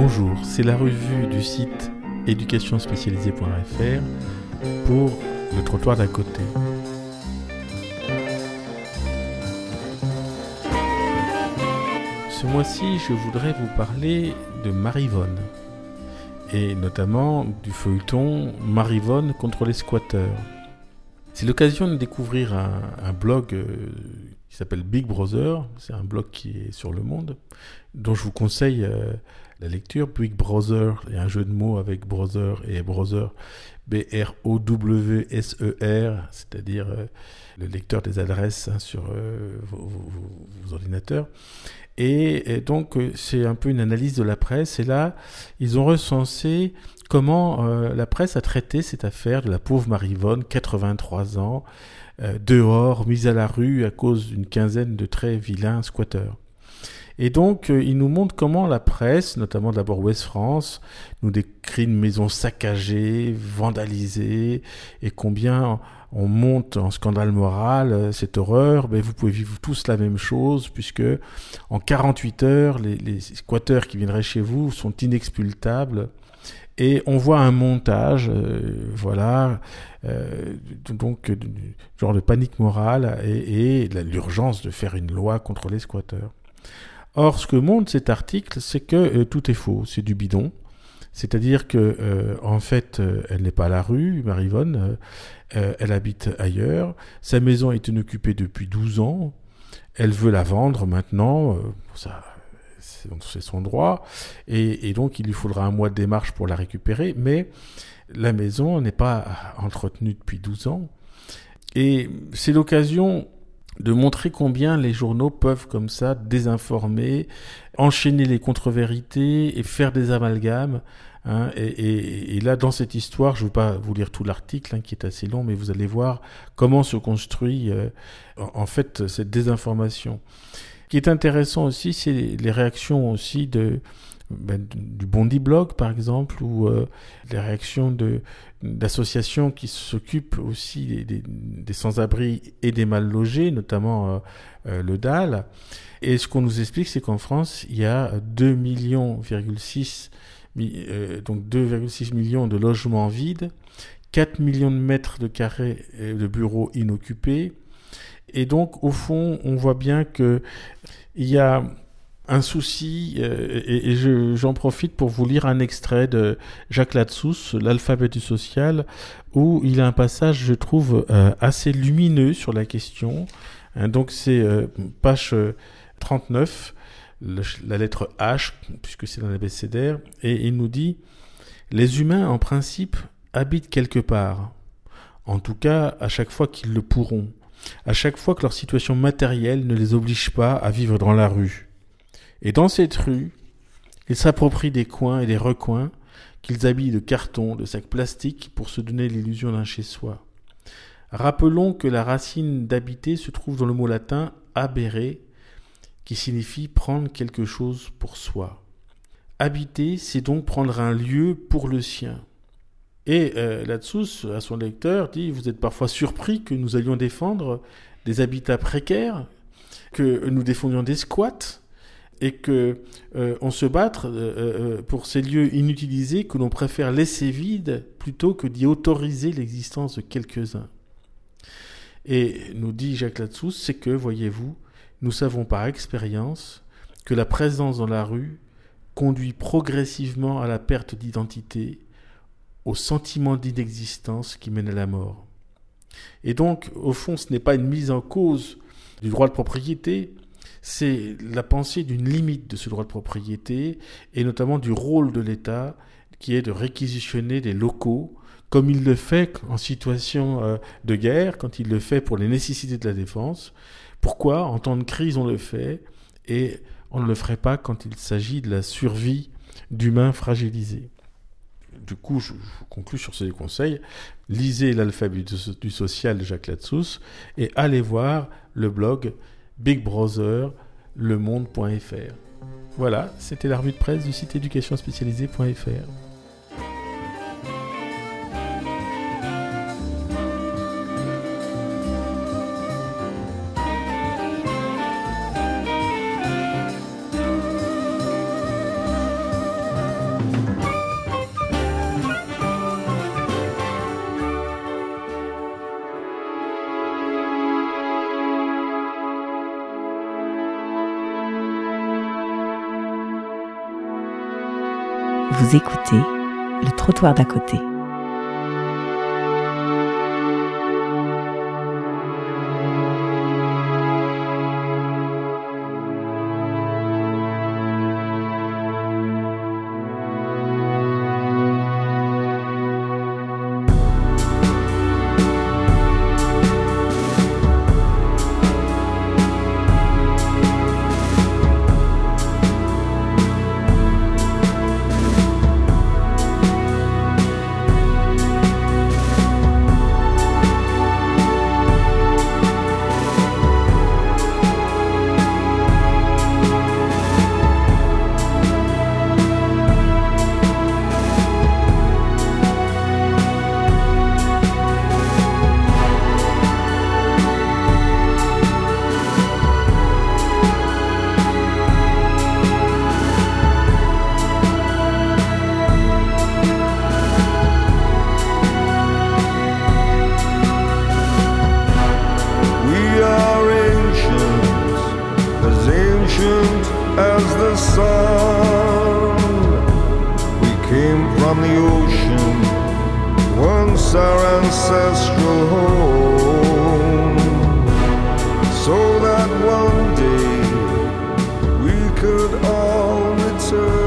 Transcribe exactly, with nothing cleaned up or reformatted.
Bonjour, c'est la revue du site éducation spécialisée point f r pour le trottoir d'à côté. Ce mois-ci, je voudrais vous parler de Marivonne et notamment du feuilleton Marivonne contre les squatteurs. C'est l'occasion de découvrir un, un blog euh, qui s'appelle Big Brother, c'est un blog qui est sur Le Monde, dont je vous conseille euh, la lecture. Big Brother, il y a un jeu de mots avec brother et browser, B R O W S E R, c'est-à-dire euh, le lecteur des adresses hein, sur euh, vos, vos, vos ordinateurs. Et, et donc, euh, c'est un peu une analyse de la presse. Et là, ils ont recensé comment euh, la presse a traité cette affaire de la pauvre Marivonne, quatre-vingt-trois ans, euh, dehors, mise à la rue à cause d'une quinzaine de très vilains squatteurs. Et donc, euh, ils nous montrent comment la presse, notamment d'abord Ouest France, nous décrit une maison saccagée, vandalisée, et combien on monte en scandale moral euh, cette horreur. Ben, vous pouvez vivre tous la même chose, puisque en quarante-huit heures, les, les squatteurs qui viendraient chez vous sont inexpultables. Et on voit un montage, euh, voilà, euh, donc euh, genre de panique morale et, et la, l'urgence de faire une loi contre les squatteurs. Or, ce que montre cet article, c'est que euh, tout est faux, c'est du bidon. C'est-à-dire que, euh, en fait, euh, elle n'est pas à la rue, Marivonne, euh, elle habite ailleurs. Sa maison est inoccupée depuis douze ans. Elle veut la vendre maintenant, euh, ça, c'est, c'est son droit. Et, et donc, il lui faudra un mois de démarche pour la récupérer. Mais la maison n'est pas entretenue depuis douze ans. Et c'est l'occasion de montrer combien les journaux peuvent comme ça désinformer, enchaîner les contre-vérités et faire des amalgames. Hein, et, et, et là, dans cette histoire, je ne vais pas vous lire tout l'article hein, qui est assez long, mais vous allez voir comment se construit euh, en, en fait cette désinformation. Ce qui est intéressant aussi, c'est les réactions aussi de Ben, du Bondi Blog par exemple, ou euh, les réactions de, d'associations qui s'occupent aussi des, des, des sans-abri et des mal logés, notamment euh, euh, le D A L. Et ce qu'on nous explique, c'est qu'en France, il y a deux virgule six millions, euh, donc deux virgule six millions de logements vides, quatre millions de mètres de carrés de bureaux inoccupés. Et donc, au fond, on voit bien qu'il y a un souci, euh, et, et je, j'en profite pour vous lire un extrait de Jacques Latsous, L'alphabet du social, où il a un passage, je trouve, euh, assez lumineux sur la question. Hein, donc c'est euh, page trente-neuf, le, la lettre H, puisque c'est dans l'abécédaire, et il nous dit « Les humains, en principe, habitent quelque part, en tout cas à chaque fois qu'ils le pourront, à chaque fois que leur situation matérielle ne les oblige pas à vivre dans la rue. Et dans cette rue, ils s'approprient des coins et des recoins qu'ils habillent de carton, de sacs plastiques pour se donner l'illusion d'un chez-soi. Rappelons que la racine d'habiter se trouve dans le mot latin habere, qui signifie prendre quelque chose pour soi. Habiter, c'est donc prendre un lieu pour le sien. Et euh, Latsous, à son lecteur, dit « Vous êtes parfois surpris que nous allions défendre des habitats précaires, que nous défendions des squats, et qu'on euh, se batte euh, pour ces lieux inutilisés que l'on préfère laisser vides plutôt que d'y autoriser l'existence de quelques-uns. » Et nous dit Jacques Latsous, c'est que, voyez-vous, nous savons par expérience que la présence dans la rue conduit progressivement à la perte d'identité, au sentiment d'inexistence qui mène à la mort. Et donc, au fond, ce n'est pas une mise en cause du droit de propriété, c'est la pensée d'une limite de ce droit de propriété et notamment du rôle de l'État qui est de réquisitionner des locaux comme il le fait en situation euh, de guerre, quand il le fait pour les nécessités de la défense. Pourquoi ? En temps de crise, on le fait et on ne le ferait pas quand il s'agit de la survie d'humains fragilisés. Du coup, je, je conclus sur ces conseils. Lisez l'alphabet du, du social de Jacques Latsous et allez voir le blog Big Brother, le monde point f r. Voilà, c'était la revue de presse du site éducation spécialisée point f r. Vous écoutez Le Trottoir d'à côté. So that one day we could all return.